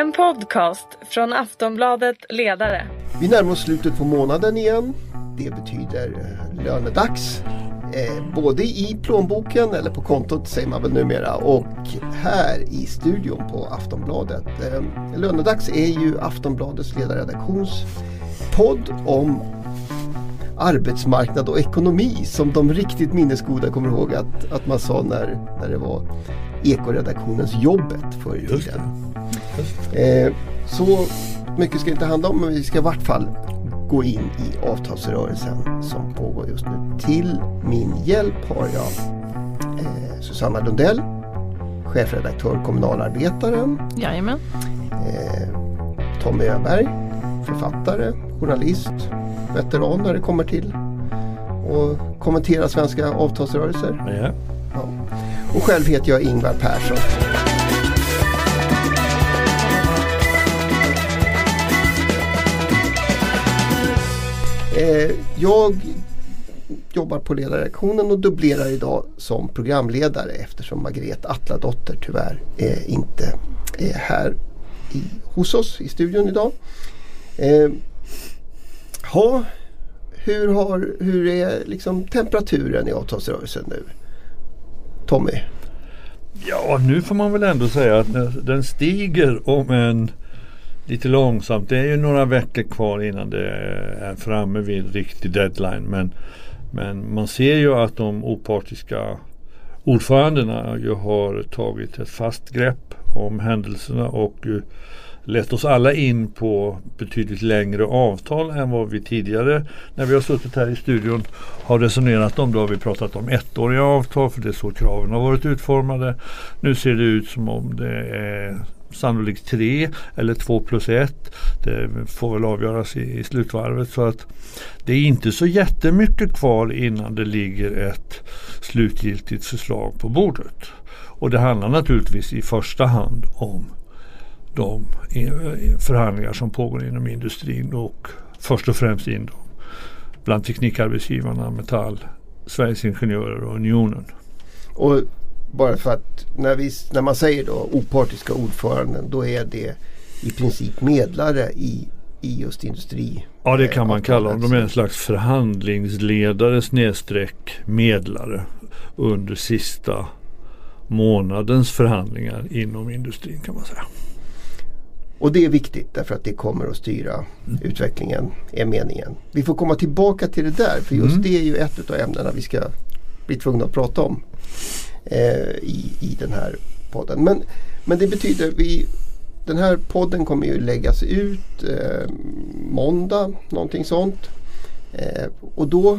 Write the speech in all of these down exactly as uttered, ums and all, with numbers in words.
En podcast från Aftonbladet Ledare. Vi närmar oss slutet på månaden igen. Det betyder lönedags. Eh, både i plånboken eller på kontot säger man väl numera. Och här i studion på Aftonbladet. Eh, lönedags är ju Aftonbladets ledarredaktions podd om arbetsmarknad och ekonomi, som de riktigt minnesgoda kommer ihåg att, att man sa när, när det var Ekoredaktionens jobbet förr i tiden. Eh, så mycket ska det inte handla om, men vi ska i vart fall gå in i avtalsrörelsen som pågår just nu. Till min hjälp har jag eh, Susanna Lundell, chefredaktör Kommunalarbetaren. Jajamän. Eh, Tommy Öberg, författare, journalist, veteran när det kommer till och kommentera svenska avtalsrörelser. Ja. Ja. Och själv heter jag Ingvar Persson. Eh, jag jobbar på ledarredaktionen och dubblerar idag som programledare eftersom Margret Atladotter tyvärr eh, inte är här i, hos oss i studion idag. Eh, ha, hur, har, hur är liksom temperaturen i avtalsrörelsen nu? Tommy? Ja, nu får man väl ändå säga att den stiger om en lite långsamt. Det är ju några veckor kvar innan det är framme vid riktig deadline. Men, men man ser ju att de opartiska ordförandena ju har tagit ett fast grepp om händelserna och ju lett oss alla in på betydligt längre avtal än vad vi tidigare, när vi har suttit här i studion, har resonerat om. Då har vi pratat om ettåriga avtal, för det är så kraven har varit utformade. Nu ser det ut som om det är sannolikt tre eller två plus ett. Det får väl avgöras i, i slutvarvet, så att det är inte så jättemycket kvar innan det ligger ett slutgiltigt förslag på bordet. Och det handlar naturligtvis i första hand om de förhandlingar som pågår inom industrin och först och främst in bland teknikarbetsgivarna, Metall, Sveriges Ingenjörer och Unionen. Och bara för att när, vi, när man säger då opartiska ordföranden, då är det i princip medlare i, i just industri. Ja, det kan man kalla dem. De är en slags förhandlingsledare snedstreck medlare under sista månadens förhandlingar inom industrin, kan man säga. Och det är viktigt därför att det kommer att styra mm. utvecklingen, är meningen. Vi får komma tillbaka till det där, för just mm. det är ju ett av ämnena vi ska bli tvungna att prata om eh, i, i den här podden. Men, men det betyder vi den här podden kommer ju läggas ut eh, måndag, någonting sånt. Eh, och då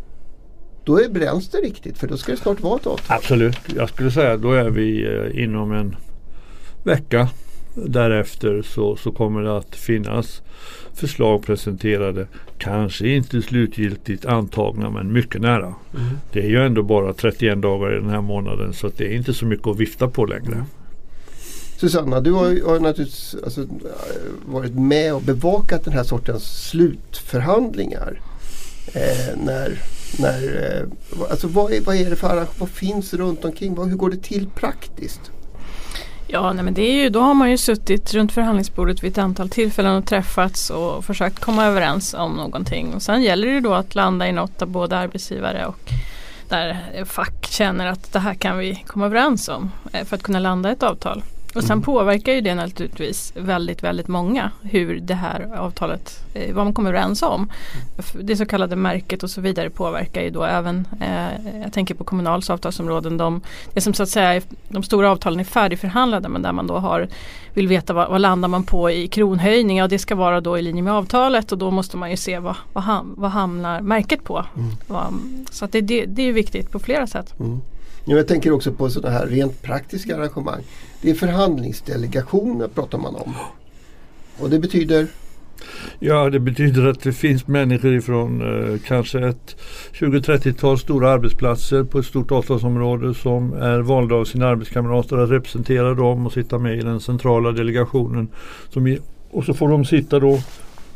då är bränns det riktigt, för då ska det snart vara ett avtal. Absolut, jag skulle säga då är vi eh, inom en vecka. Därefter så, så kommer det att finnas förslag presenterade, kanske inte slutgiltigt antagna, men mycket nära. Mm. Det är ju ändå bara trettioen dagar i den här månaden, så att det är inte så mycket att vifta på längre. Mm. Susanna, du har ju har naturligtvis alltså, varit med och bevakat den här sortens slutförhandlingar. Eh, när, när, eh, alltså, vad, är, vad är det för vad finns runt omkring? Vad, hur går det till praktiskt? Ja, nej, men det är ju, då har man ju suttit runt förhandlingsbordet vid ett antal tillfällen och träffats och försökt komma överens om någonting. Och sen gäller det då att landa i något av både arbetsgivare och där fack känner att det här kan vi komma överens om för att kunna landa ett avtal. Och sen påverkar ju det naturligtvis väldigt, väldigt många hur det här avtalet, eh, vad man kommer överens om. Det så kallade märket och så vidare påverkar ju då även, eh, jag tänker på Kommunals avtalsområden, de, det som så att säga, de stora avtalen är färdigförhandlade, men där man då har, vill veta vad, vad landar man på i kronhöjning, och det ska vara då i linje med avtalet, och då måste man ju se vad, vad, ham, vad hamnar märket på. Mm. Vad, så att det, det, det är viktigt på flera sätt. Mm. Jag tänker också på sådana här rent praktiska arrangemang. Det är förhandlingsdelegationer pratar man om. Och det betyder? Ja, det betyder att det finns människor ifrån eh, kanske ett tjugo-trettiotal stora arbetsplatser på ett stort avtalsområde som är valda av sina arbetskamrater att representera dem och sitta med i den centrala delegationen. Som i, och så får de sitta då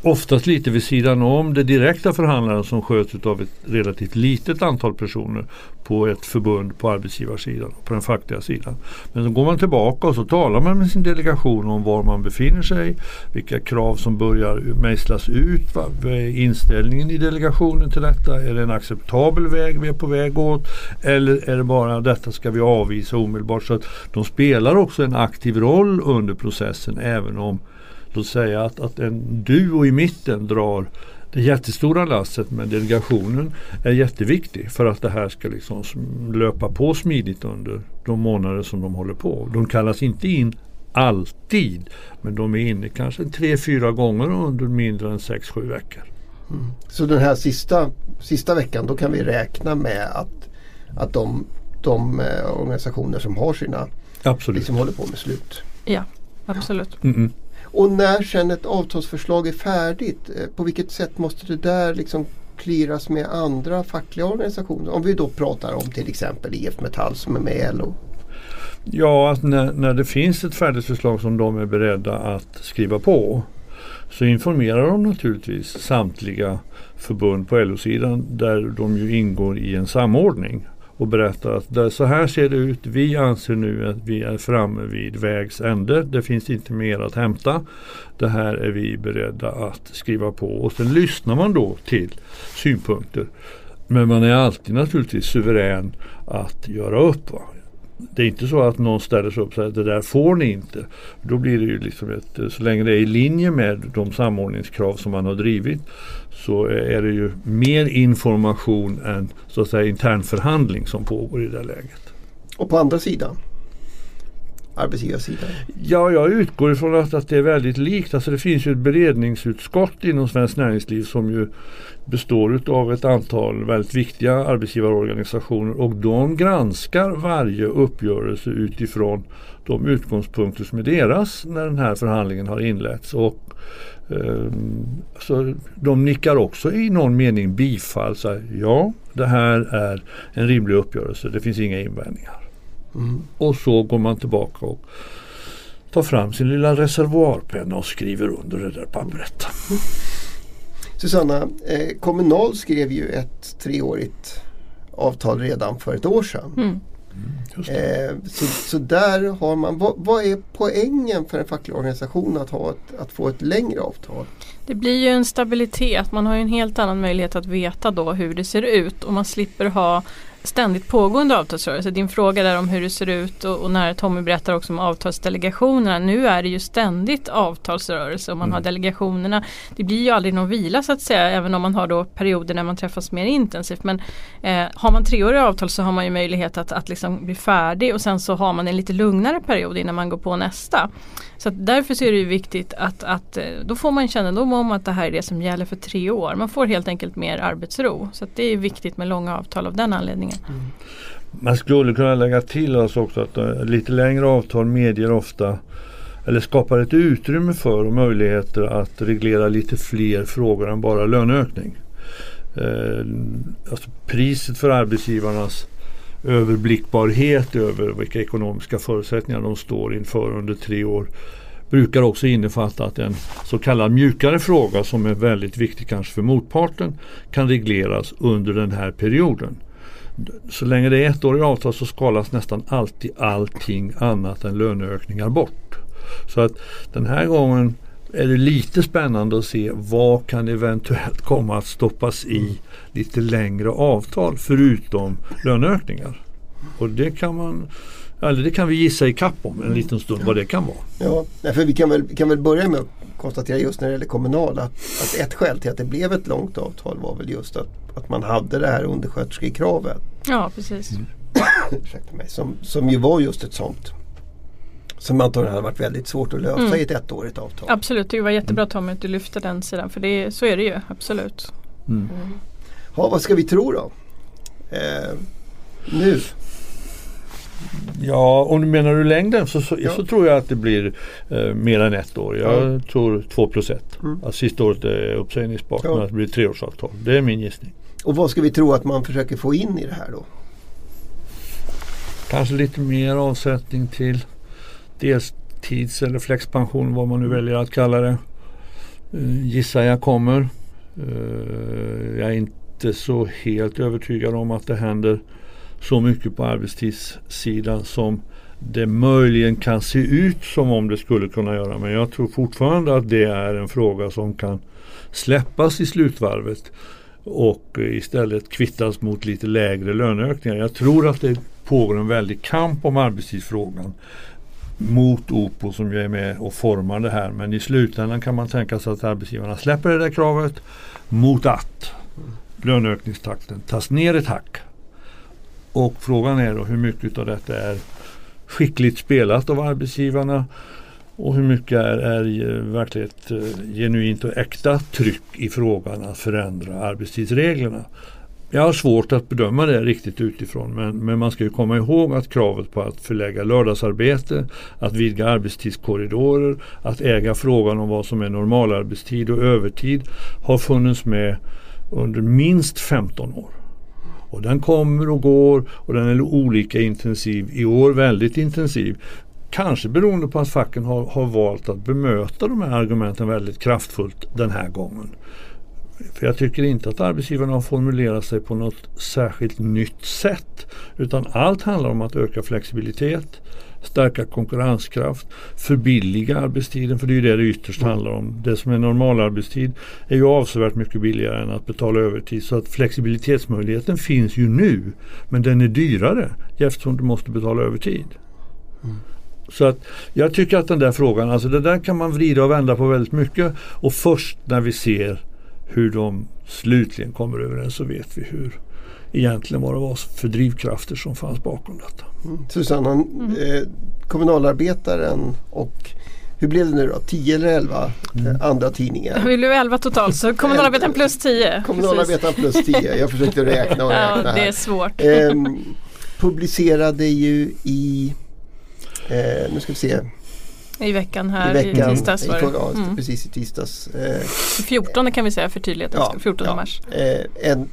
oftast lite vid sidan om det direkta förhandlaren som sköts av ett relativt litet antal personer på ett förbund på arbetsgivarsidan och på den fackliga sidan. Men så går man tillbaka och så talar man med sin delegation om var man befinner sig, vilka krav som börjar mejslas ut, vad är inställningen i delegationen till detta, är det en acceptabel väg vi är på väg åt eller är det bara detta ska vi avvisa omedelbart. Så att de spelar också en aktiv roll under processen, även om låt säga att, att en duo i mitten drar det jättestora lasset, men delegationen är jätteviktig för att det här ska liksom löpa på smidigt under de månader som de håller på. De kallas inte in alltid, men de är inne kanske tre, fyra gånger under mindre än sex, sju veckor. Mm. Så den här sista, sista veckan, då kan vi räkna med att, att de, de eh, organisationer som har sina Absolut. Liksom håller på med slut. Ja, absolut. Mm-mm. Och när sen ett avtalsförslag är färdigt, på vilket sätt måste det där liksom clearas med andra fackliga organisationer? Om vi då pratar om till exempel I F Metall som är med L O. Ja, att när, när det finns ett färdigt förslag som de är beredda att skriva på, så informerar de naturligtvis samtliga förbund på L O-sidan där de ju ingår i en samordning och berättar att där, så här ser det ut, vi anser nu att vi är framme vid vägs ände, det finns inte mer att hämta, det här är vi beredda att skriva på, och sen lyssnar man då till synpunkter, men man är alltid naturligtvis suverän att göra upp, va? Det är inte så att någon ställer sig upp och säger att det där får ni inte. Då blir det ju liksom ett, så länge det är i linje med de samordningskrav som man har drivit, så är det ju mer information än så att säga intern förhandling som pågår i det läget. Och på andra sidan? Arbetsgivarsidan? Ja, jag utgår ifrån att, att det är väldigt likt. Alltså det finns ju ett beredningsutskott inom Svenskt Näringsliv som ju består av ett antal väldigt viktiga arbetsgivarorganisationer, och de granskar varje uppgörelse utifrån de utgångspunkter som är deras när den här förhandlingen har inletts, och eh, så de nickar också i någon mening bifall, så här, ja, det här är en rimlig uppgörelse, det finns inga invändningar. Mm. Och så går man tillbaka och tar fram sin lilla reservoarpenna och skriver under det där pappret. Mm. Susanna, eh, Kommunal skrev ju ett treårigt avtal redan för ett år sedan. Mm. Eh, så, så där har man, vad, vad är poängen för en facklig organisation att, ha ett, att få ett längre avtal? Det blir ju en stabilitet, man har ju en helt annan möjlighet att veta då hur det ser ut, och man slipper ha ständigt pågående avtalsrörelse. Din fråga där om hur det ser ut, och, och när Tommy berättar också om avtalsdelegationerna. Nu är det ju ständigt avtalsrörelse och man mm. har delegationerna. Det blir ju aldrig någon vila så att säga, även om man har då perioder när man träffas mer intensivt. Men eh, har man treåriga avtal så har man ju möjlighet att, att liksom bli färdig, och sen så har man en lite lugnare period innan man går på nästa. Så att därför så är det ju viktigt att, att då får man kännedom om att det här är det som gäller för tre år. Man får helt enkelt mer arbetsro. Så att det är viktigt med långa avtal av den anledningen. Mm. Man skulle kunna lägga till oss också att uh, lite längre avtal medger ofta, eller skapar ett utrymme för och möjligheter att reglera lite fler frågor än bara löneökning. Uh, alltså priset för arbetsgivarnas överblickbarhet över vilka ekonomiska förutsättningar de står inför under tre år brukar också innefatta att en så kallad mjukare fråga som är väldigt viktig kanske för motparten kan regleras under den här perioden. Så länge det är ett år i avtal så skalas nästan alltid allting annat än löneökningar bort. Så att den här gången är det lite spännande att se vad kan eventuellt komma att stoppas i lite längre avtal förutom löneökningar. Och det kan man, eller det kan vi gissa i kapp om en liten stund vad det kan vara. Ja, för vi kan väl, vi kan väl börja med att konstatera just när det gäller Kommunal att, att ett skäl till att det blev ett långt avtal var väl just att, att man hade det här undersköterskekravet. Ja, precis. Mm. Ursäkta mig, som, som ju var just ett sånt som antagligen hade varit väldigt svårt att lösa mm. i ett ettårigt avtal. Absolut, det var jättebra Tommy att du lyfte den sidan, för det, så är det ju, absolut. Mm. Mm. Ja, vad ska vi tro då? Eh, nu? Ja, om du menar du längden så, så, ja. så tror jag att det blir eh, mer än ett år. Jag mm. tror två plus ett. Mm. Alltså, sista året är uppsägningsbart, ja. men att det blir treårsavtal. Det är min gissning. Och vad ska vi tro att man försöker få in i det här då? Kanske lite mer avsättning till deltids- eller flexpension, vad man nu väljer att kalla det. eh, gissar jag kommer. Eh, jag är inte så helt övertygad om att det händer så mycket på arbetstidssidan som det möjligen kan se ut som om det skulle kunna göra. Men jag tror fortfarande att det är en fråga som kan släppas i slutvarvet och istället kvittas mot lite lägre löneökningar. Jag tror att det pågår en väldig kamp om arbetstidsfrågan mot O P O som ju är med och formar det här. Men i slutändan kan man tänka sig att arbetsgivarna släpper det där kravet mot att löneökningstakten tas ner ett hack. Och frågan är då hur mycket av detta är skickligt spelat av arbetsgivarna och hur mycket är, är verkligen ett genuint och äkta tryck i frågan att förändra arbetstidsreglerna. Jag har svårt att bedöma det riktigt utifrån, men, men man ska ju komma ihåg att kravet på att förlägga lördagsarbete, att vidga arbetstidskorridorer, att äga frågan om vad som är normalarbetstid och övertid har funnits med under minst femton år. Och den kommer och går och den är olika intensiv. I år väldigt intensiv. Kanske beroende på att facken har, har valt att bemöta de här argumenten väldigt kraftfullt den här gången. För jag tycker inte att arbetsgivarna har formulerat sig på något särskilt nytt sätt. Utan allt handlar om att öka flexibilitet, stärka konkurrenskraft, förbilliga arbetstiden, för det är ju det det ytterst handlar om. Det som är normalarbetstid är ju avsevärt mycket billigare än att betala övertid, så att flexibilitetsmöjligheten finns ju nu, men den är dyrare eftersom du måste betala övertid. Mm. Så att jag tycker att den där frågan, alltså det där kan man vrida och vända på väldigt mycket, och först när vi ser hur de slutligen kommer överens så vet vi hur egentligen vad det var för drivkrafter som fanns bakom detta. Mm. Susanna, mm. eh, kommunalarbetaren och hur blev det nu då? tio eller elva mm. eh, andra tidningar? Vi blev elva totalt, så kommunalarbetaren plus tio. Kommunalarbetaren plus tio. Jag försökte räkna och räkna. Ja, det är svårt. Eh, publicerade ju i eh, nu ska vi se. I veckan här, i, veckan, i tisdags var det. Ja, mm. precis i tisdags. Eh, fjortonde kan vi säga för tydligheten. Ja, fjortonde ja, mars. Eh, en,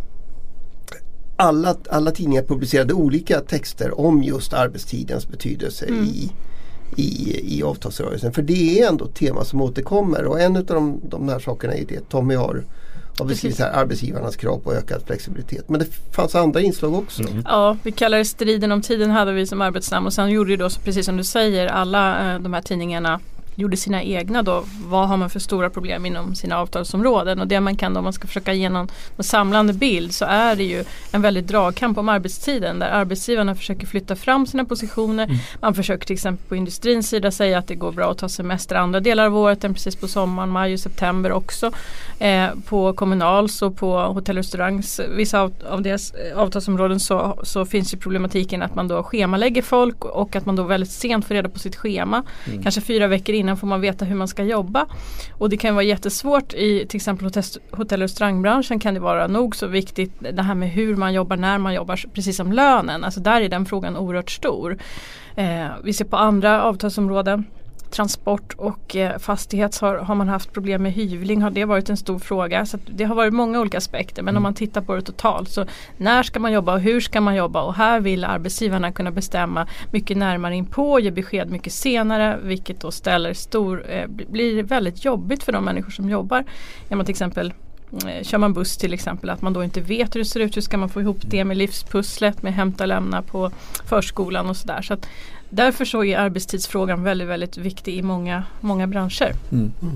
alla, alla tidningar publicerade olika texter om just arbetstidens betydelse mm. i, i, i avtalsrörelsen. För det är ändå ett tema som återkommer. Och en av de, de här sakerna är det Tommy har har beskrivit här, arbetsgivarnas krav på ökad flexibilitet. Men det fanns andra inslag också. Mm. Ja, vi kallar det striden om tiden hade vi som arbetsnamn, och sen gjorde ju då, precis som du säger, alla eh, de här tidningarna gjorde sina egna då. Vad har man för stora problem inom sina avtalsområden? Och det man kan då, om man ska försöka ge någon, någon samlande bild, så är det ju en väldigt dragkamp om arbetstiden, där arbetsgivarna försöker flytta fram sina positioner. Mm. Man försöker till exempel på industrins sida säga att det går bra att ta semester andra delar av året än precis på sommaren, maj och september också. Eh, på Kommunals och på hotell och restaurangs, vissa av, av deras avtalsområden så, så finns ju problematiken att man då schemalägger folk och att man då väldigt sent får reda på sitt schema. Mm. Kanske fyra veckor innan får man veta hur man ska jobba. Och det kan vara jättesvårt i till exempel hotell- och restaurangbranschen, kan det vara nog så viktigt det här med hur man jobbar, när man jobbar, precis som lönen. Alltså där är den frågan oerhört stor. Eh, vi ser på andra avtalsområden, transport och eh, fastighets har, har man haft problem med hyvling, har det varit en stor fråga. Så att det har varit många olika aspekter, men mm. om man tittar på det totalt, så när ska man jobba och hur ska man jobba, och här vill arbetsgivarna kunna bestämma mycket närmare in på, ge besked mycket senare, vilket då ställer stor, eh, blir väldigt jobbigt för de människor som jobbar. Ja, man till exempel eh, kör man buss till exempel, att man då inte vet hur det ser ut, hur ska man få ihop det med livspusslet, med hämta och lämna på förskolan och sådär. Så att därför så är arbetstidsfrågan väldigt, väldigt viktig i många, många branscher. Mm. Mm.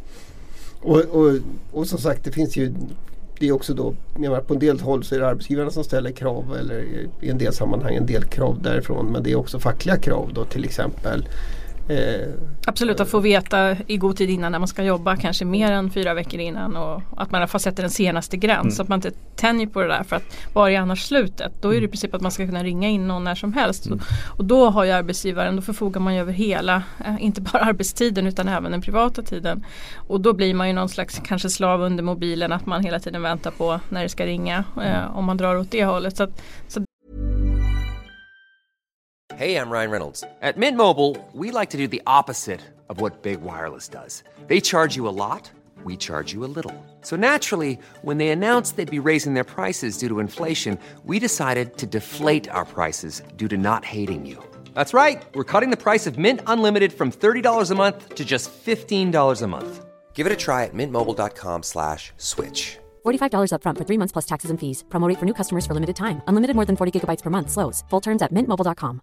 Och, och, och som sagt, det finns ju, det är också då, menar, på en del håll så är det arbetsgivarna som ställer krav, eller i en del sammanhang en del krav därifrån, men det är också fackliga krav då, till exempel. Eh, Absolut, att få veta i god tid innan när man ska jobba, kanske mer än fyra veckor innan, och att man har fått sätta den senaste gräns, mm. så att man inte tänjer på det där, för att var är annars slutet? Då är det i princip att man ska kunna ringa in någon när som helst. Mm. Och då har ju arbetsgivaren, då förfogar man ju över hela, eh, inte bara arbetstiden utan även den privata tiden. Och då blir man ju någon slags kanske slav under mobilen, att man hela tiden väntar på när det ska ringa, eh, om man drar åt det hållet. Så att, så Hey, I'm Ryan Reynolds. At Mint Mobile, we like to do the opposite of what Big Wireless does. They charge you a lot, we charge you a little. So naturally, when they announced they'd be raising their prices due to inflation, we decided to deflate our prices due to not hating you. That's right. We're cutting the price of Mint Unlimited from thirty dollars a month to just fifteen dollars a month. Give it a try at mintmobile.com slash switch. forty-five dollars up front for three months plus taxes and fees. Promo rate for new customers for limited time. Unlimited more than forty gigabytes per month. Slows full terms at mint mobile dot com.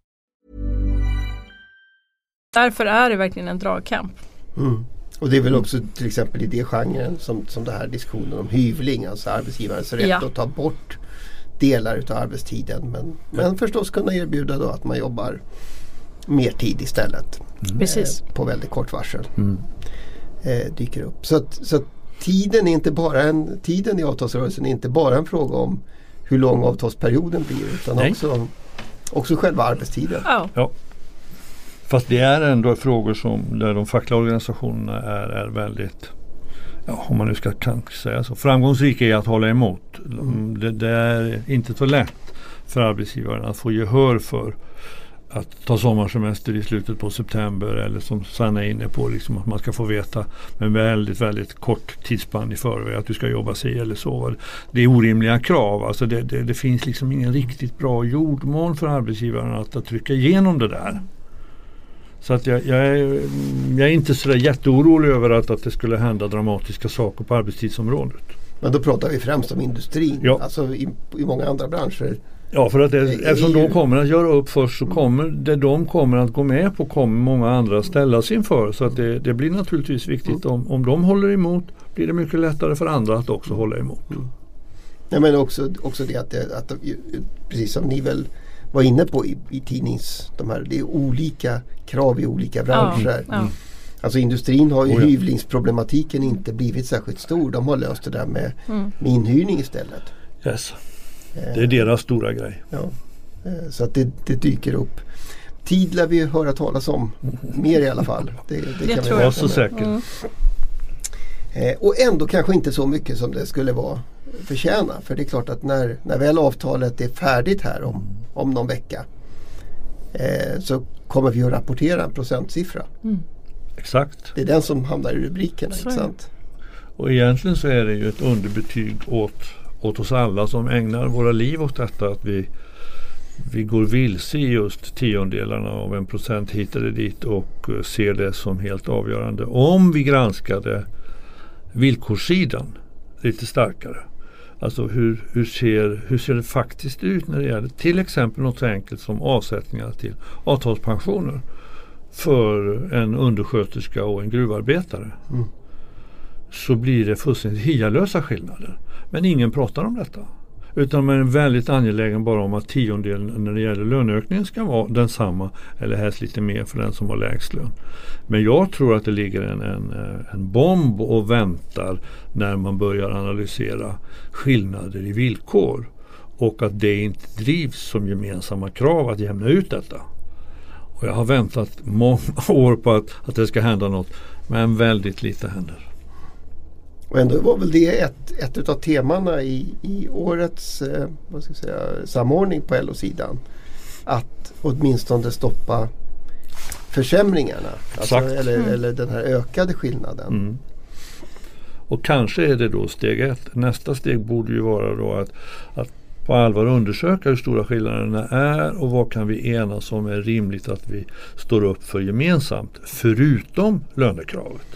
Därför är det verkligen en dragkamp. Mm. Och det är väl också till exempel i det genren som, som det här diskussionen om hyvling, alltså arbetsgivarens rätt ja. att ta bort delar av arbetstiden. Men, men förstås kunna erbjuda då att man jobbar mer tid istället. Mm. Precis. Eh, på väldigt kort varsel. Mm. Eh, dyker upp. Så att, så att tiden är inte bara en, tiden i avtalsrörelsen är inte bara en fråga om hur lång avtalsperioden blir, utan också, också själva arbetstiden. Ja. ja. Fast det är ändå frågor som där de fackliga organisationerna är, är väldigt, ja, om man nu ska kan säga så, framgångsrika i att hålla emot. Mm. Det, det är inte så lätt för arbetsgivaren att få gehör för att ta sommarsemester i slutet på september, eller som Sanna är inne på, liksom att man ska få veta med väldigt, väldigt kort tidsspann i förväg att du ska jobba sig eller så. Det är orimliga krav. Alltså det, det, det finns liksom ingen riktigt bra jordmån för arbetsgivaren att, att trycka igenom det där. Så att jag, jag, är, jag är inte så där jätteorolig över att, att det skulle hända dramatiska saker på arbetstidsområdet. Men då pratar vi främst om industrin. Ja. Alltså i, i många andra branscher. Ja, för att det, eftersom de kommer att göra upp först, så kommer det de kommer att gå med på kommer många andra ställas inför. Så att det, det blir naturligtvis viktigt. Om, om de håller emot blir det mycket lättare för andra att också hålla emot. Mm. Ja, men också, också det att, det, att precis som ni väl var inne på i, i tidnings, de här, det är olika krav i olika branscher. Ja, ja. Alltså industrin har ju oh ja. hyvlingsproblematiken inte blivit särskilt stor. De har löst det där med, mm. med inhyrning istället. Yes. Det är deras stora grej. Ja. Så att det, det dyker upp. Tid lär vi höra talas om. Mer i alla fall. Det, det, det kan tror vi jag så säkert. Mm. Och ändå kanske inte så mycket som det skulle vara förtjäna. För det är klart att när, när väl avtalet är färdigt här om, om någon vecka, eh, så kommer vi att rapportera en procentsiffra. Mm. Exakt. Det är den som hamnar i rubrikerna, inte sant? Och egentligen så är det ju ett underbetyg åt åt oss alla som ägnar våra liv åt detta, att vi, vi går vilse i just tiondelarna av en procent hit eller dit och uh, ser det som helt avgörande. Om vi granskade villkorssidan lite starkare, alltså hur, hur, ser, hur ser det faktiskt ut när det gäller till exempel något så enkelt som avsättningar till avtalspensioner för en undersköterska och en gruvarbetare, mm. så blir det fullständigt hialösa skillnader. Men ingen pratar om detta. Utan man är väldigt angelägen bara om att tiondelen när det gäller löneökningen ska vara densamma, eller helst lite mer för den som har lägst lön. Men jag tror att det ligger en, en, en bomb och väntar när man börjar analysera skillnader i villkor. Och att det inte drivs som gemensamma krav att jämna ut detta. Och jag har väntat många år på att, att det ska hända något. Men väldigt lite händer. Och ändå var väl det ett, ett av temana i, i årets eh, vad ska jag säga, samordning på L O-sidan. Att åtminstone stoppa försämringarna. Alltså, eller, mm. eller den här ökade skillnaden. Mm. Och kanske är det då steg ett. Nästa steg borde ju vara då att, att på allvar undersöka hur stora skillnaderna är och vad kan vi enas om är rimligt att vi står upp för gemensamt, förutom lönekravet.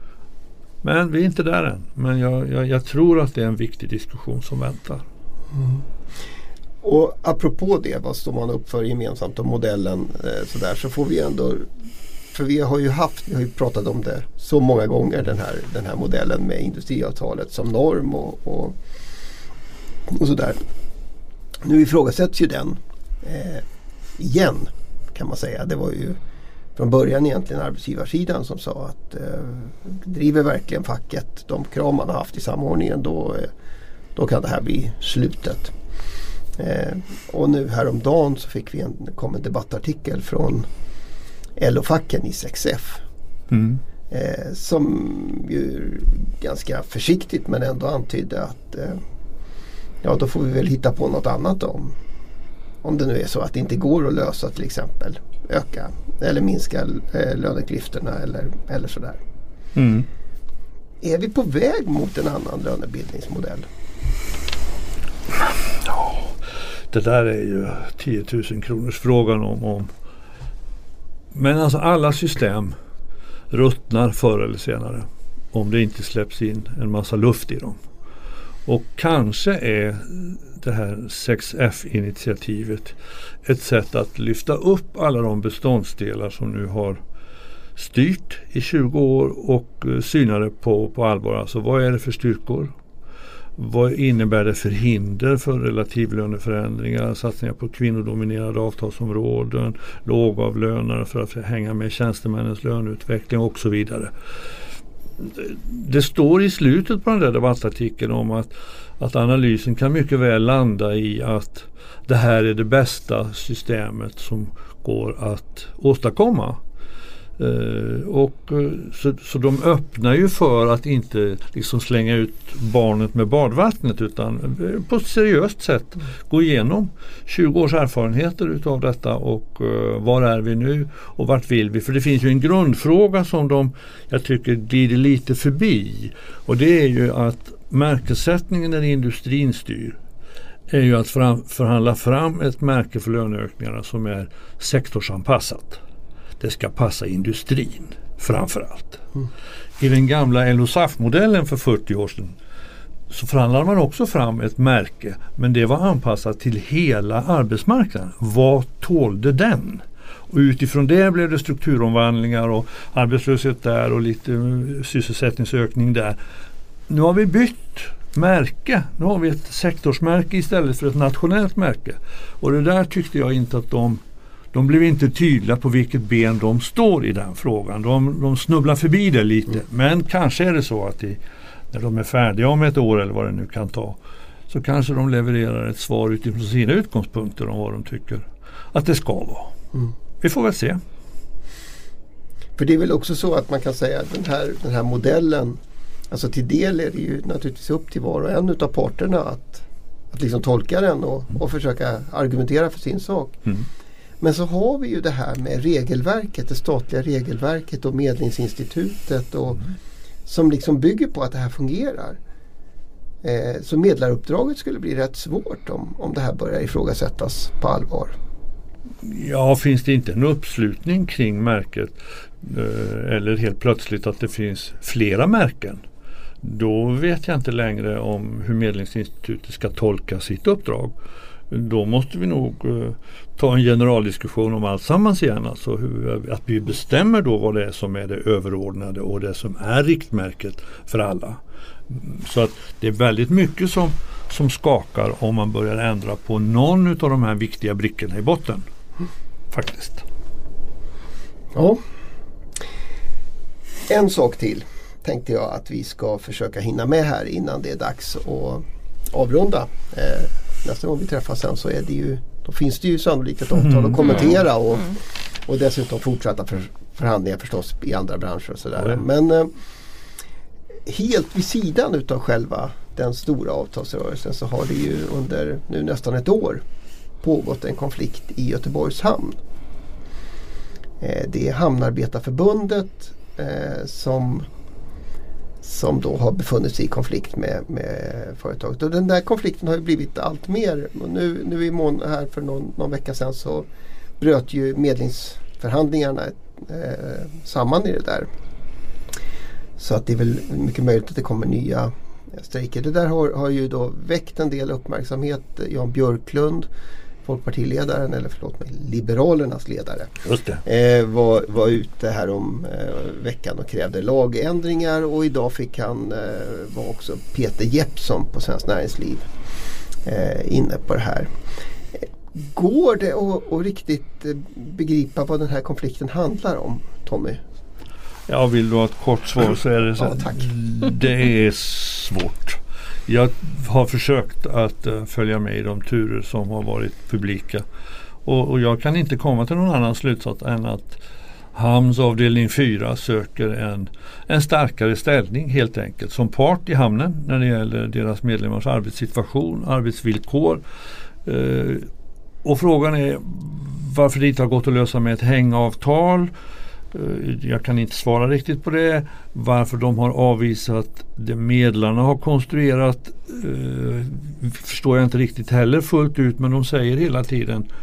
Men vi är inte där än. Men jag, jag, jag tror att det är en viktig diskussion som väntar. Mm. Och apropå det, vad står man upp för gemensamt om modellen eh, sådär, så får vi ändå, för vi har ju haft, vi har ju pratat om det så många gånger, den här, den här modellen med industriavtalet som norm och, och, och sådär. Nu ifrågasätts ju den eh, igen, kan man säga. Det var ju från början egentligen arbetsgivarsidan som sa att eh, driver verkligen facket de krav man har haft i samordningen, då, eh, då kan det här bli slutet. Eh, och nu häromdagen så fick vi en, kom en debattartikel från L O-facken i sex F. Mm. Eh, som ju ganska försiktigt men ändå antydde att eh, ja, då får vi väl hitta på något annat om, om det nu är så att det inte går att lösa, till exempel öka eller minska eh, löneklyftorna eller, eller sådär. Mm. Är vi på väg mot en annan lönebildningsmodell? Ja, det där är ju tio tusen kronors frågan om, om. Men alltså alla system ruttnar förr eller senare. om det inte släpps in en massa luft i dem. Och kanske är det här sex F-initiativet ett sätt att lyfta upp alla de beståndsdelar som nu har styrt i tjugo år och syna det på, på allvar. Alltså vad är det för styrkor? Vad innebär det för hinder för relativlöneförändringar, satsningar på kvinnodominerade avtalsområden, lågavlönare för att hänga med tjänstemännens löneutveckling och så vidare. Det står i slutet på den där debattartikeln om att, att analysen kan mycket väl landa i att det här är det bästa systemet som går att åstadkomma. Uh, och, uh, så, så de öppnar ju för att inte liksom slänga ut barnet med badvattnet, utan uh, på ett seriöst sätt gå igenom tjugo års erfarenheter utav detta och uh, var är vi nu och vart vill vi? För det finns ju en grundfråga som de, jag tycker, glider lite förbi, och det är ju att märkesättningen när industrin styr är ju att fram, förhandla fram ett märke för löneökningarna som är sektorsanpassat. Det ska passa industrin framförallt. Mm. I den gamla L O S A F-modellen för fyrtio år sedan så förhandlade man också fram ett märke, men det var anpassat till hela arbetsmarknaden. Vad tålde den? Och utifrån det blev det strukturomvandlingar och arbetslöshet där och lite sysselsättningsökning där. Nu har vi bytt märke. Nu har vi ett sektorsmärke istället för ett nationellt märke. Och det där tyckte jag inte att de De blev inte tydliga på vilket ben de står i den frågan. De, de snubblar förbi det lite. Mm. Men kanske är det så att de, när de är färdiga om ett år eller vad det nu kan ta, så kanske de levererar ett svar utifrån sina utgångspunkter om vad de tycker att det ska vara. Mm. Vi får väl se. För det är väl också så att man kan säga att den här, den här modellen, alltså till del är det ju naturligtvis upp till var och en utav parterna att, att liksom tolka den och, mm. och försöka argumentera för sin sak. Mm. Men så har vi ju det här med regelverket, det statliga regelverket och medlingsinstitutet och, mm. som liksom bygger på att det här fungerar. Eh, så medlaruppdraget skulle bli rätt svårt om, om det här börjar ifrågasättas på allvar. Ja, finns det inte en uppslutning kring märket eh, eller helt plötsligt att det finns flera märken, då vet jag inte längre om hur medlingsinstitutet ska tolka sitt uppdrag. Då måste vi nog uh, ta en generaldiskussion om allt sammans igen. Alltså hur, att vi bestämmer då vad det är som är det överordnade och det som är riktmärket för alla. Så att det är väldigt mycket som, som skakar om man börjar ändra på någon av de här viktiga brickorna i botten. Faktiskt. Ja. En sak till tänkte jag att vi ska försöka hinna med här innan det är dags att avrunda. Eh, Nästa gång vi träffas sen så är det ju, då finns det ju sannolikt ett avtal att kommentera och, och dessutom fortsatta för, förhandlingar förstås i andra branscher och sådär. Mm. Men eh, helt vid sidan utav själva den stora avtalsrörelsen så har det ju under nu nästan ett år pågått en konflikt i Göteborgs hamn. Eh, det är Hamnarbetarförbundet eh, som som då har befunnit sig i konflikt med, med företaget. Och den där konflikten har ju blivit allt mer. Och nu, nu i mån här för någon, någon vecka sedan så bröt ju medlingsförhandlingarna eh, samman i det där. Så att det är väl mycket möjligt att det kommer nya strejker. Det där har, har ju då väckt en del uppmärksamhet. Jan Björklund, folkpartiledaren, eller förlåt mig, Liberalernas ledare, Just det. Eh, var, var ute här om eh, veckan och krävde lagändringar, och idag fick han eh, var också Peter Jeppsson på Svenskt Näringsliv eh, inne på det här. Går det att, att riktigt eh, begripa vad den här konflikten handlar om, Tommy? Ja, vill du ha ett kort svar så är det så. Ja, tack. Det är svårt. Jag har försökt att uh, följa med i de turer som har varit publika. Och, och jag kan inte komma till någon annan slutsats än att Hamns avdelning fyra söker en, en starkare ställning helt enkelt som part i hamnen när det gäller deras medlemmars arbetssituation, arbetsvillkor. Uh, och frågan är varför det inte har gått att lösa med ett hängavtal. Jag kan inte svara riktigt på det. Varför de har avvisat det medlarna har konstruerat eh, förstår jag inte riktigt heller fullt ut, men de säger hela tiden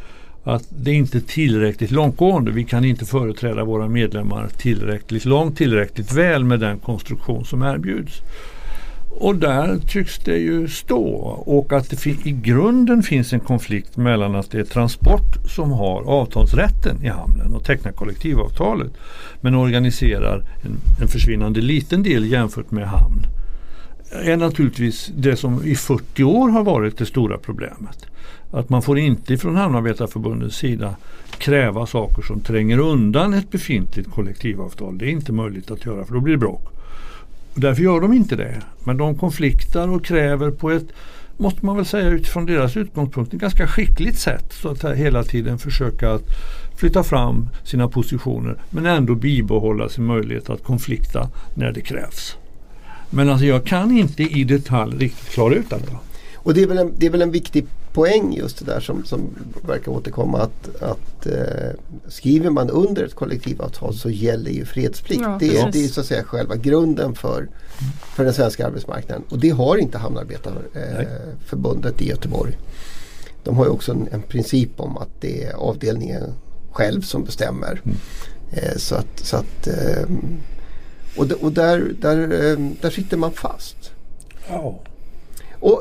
att det inte är tillräckligt långtgående. Vi kan inte företräda våra medlemmar tillräckligt långt, tillräckligt väl med den konstruktion som erbjuds. Och där tycks det ju stå. Och att det fin- i grunden finns en konflikt mellan att det är Transport som har avtalsrätten i hamnen och tecknar kollektivavtalet, men organiserar en, en försvinnande liten del jämfört med hamn. Är naturligtvis det som i fyrtio år har varit det stora problemet. Att man får inte från Hamnarbetarförbundets sida kräva saker som tränger undan ett befintligt kollektivavtal. Det är inte möjligt att göra, för då blir det bråk. Därför gör de inte det. Men de konfliktar och kräver på ett, måste man väl säga utifrån deras utgångspunkt, ett ganska skickligt sätt, så att hela tiden försöka att flytta fram sina positioner men ändå bibehålla sin möjlighet att konflikta när det krävs. Men alltså jag kan inte i detalj riktigt klara ut det. Och det är väl en, det är väl en viktig poäng just det där som, som verkar återkomma, att, att eh, skriver man under ett kollektivavtal så gäller ju fredsplikt. Ja, det, är, det är så att säga själva grunden för, för den svenska arbetsmarknaden. Och det har inte Hamnarbetarförbundet eh, i Göteborg. De har ju också en, en princip om att det är avdelningen själv som bestämmer. Mm. Eh, så att, så att eh, och, och där, där, eh, där sitter man fast. Ja. Och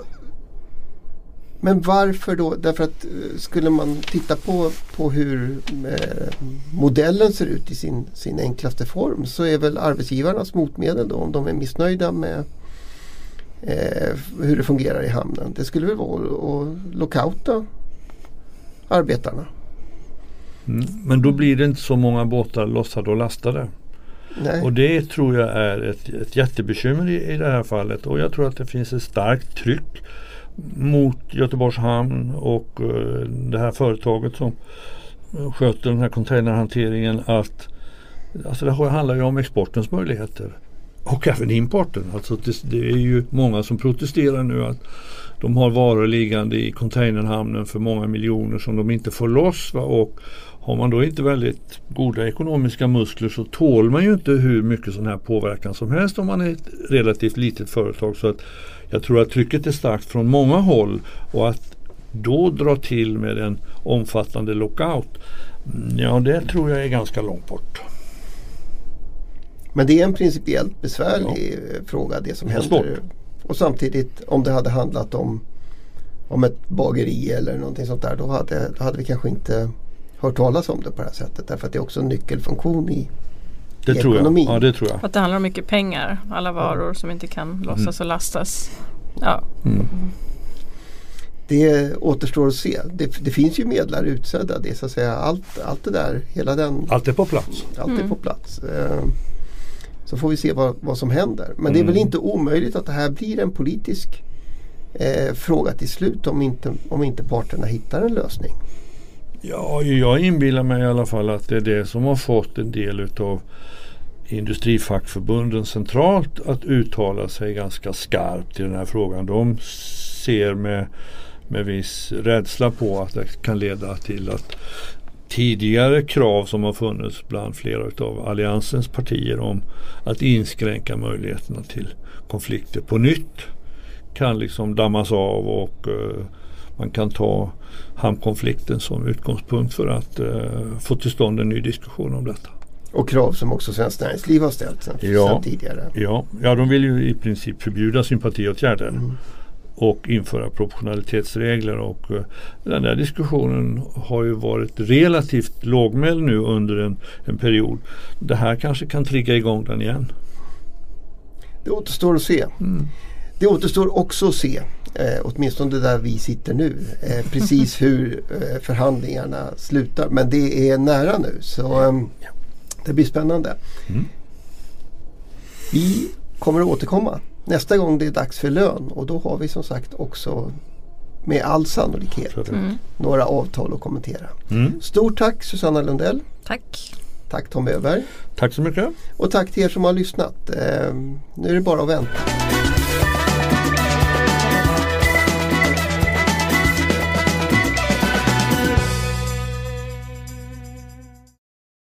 men varför då? Därför att skulle man titta på, på hur eh, modellen ser ut i sin, sin enklaste form, så är väl arbetsgivarnas motmedel då, om de är missnöjda med eh, hur det fungerar i hamnen. Det skulle väl vara att lockouta arbetarna. Mm. Men då blir det inte så många båtar lossade och lastade. Nej. Och det tror jag är ett, ett jättebekymmer i, i det här fallet. Och jag tror att det finns ett starkt tryck mot Göteborgs hamn och uh, det här företaget som sköter den här containerhanteringen, att alltså det handlar ju om exportens möjligheter och även importen. Alltså det, det är ju många som protesterar nu att de har varor liggande i containerhamnen för många miljoner som de inte får loss, va? Och har man då inte väldigt goda ekonomiska muskler så tål man ju inte hur mycket sån här påverkan som helst om man är ett relativt litet företag. Så att jag tror att trycket är starkt från många håll, och att då dra till med en omfattande lockout, ja, det tror jag är ganska långt bort. Men det är en principiellt besvärlig ja. fråga det som det händer. Svårt. Och samtidigt, om det hade handlat om, om ett bageri eller någonting sånt där, då hade, då hade vi kanske inte hört talas om det på det här sättet. Därför att det är också en nyckelfunktion i, det i tror ekonomin. Jag. Ja, det tror jag. Att det handlar om mycket pengar. Alla varor ja. som inte kan lossas mm. och lastas. Ja. Mm. Det återstår att se. Det, det finns ju medlare utsedda. Det är så att säga allt, allt det där. Hela den, allt är på plats. Allt mm. är på plats. Uh, så får vi se vad, vad som händer. Men mm. det är väl inte omöjligt att det här blir en politisk eh, fråga till slut, om inte, om inte parterna hittar en lösning. Ja, jag inbillar mig i alla fall att det är det som har fått en del utav industrifackförbunden centralt att uttala sig ganska skarpt i den här frågan. De ser med, med viss rädsla på att det kan leda till att tidigare krav som har funnits bland flera utav alliansens partier om att inskränka möjligheterna till konflikter på nytt kan liksom dammas av, och uh, man kan ta hamnkonflikten som utgångspunkt för att uh, få till stånd en ny diskussion om detta. Och krav som också Svenskt Näringsliv har ställt sedan, ja, sedan tidigare. Ja, ja, de vill ju i princip förbjuda sympatiåtgärder mm. och införa proportionalitetsregler, och uh, den där diskussionen har ju varit relativt lågmäld nu under en, en period. Det här kanske kan trigga igång den igen. Det återstår att se. Mm. Det återstår också att se, eh, åtminstone där vi sitter nu, eh, precis hur eh, förhandlingarna slutar. Men det är nära nu, så eh, det blir spännande. Mm. Vi kommer att återkomma nästa gång det är dags för lön, och då har vi som sagt också med all sannolikhet mm. några avtal att kommentera. Mm. Stort tack Susanna Lundell. Tack. Tack Tom Öberg. Tack så mycket. Och tack till er som har lyssnat. Eh, nu är det bara att vänta.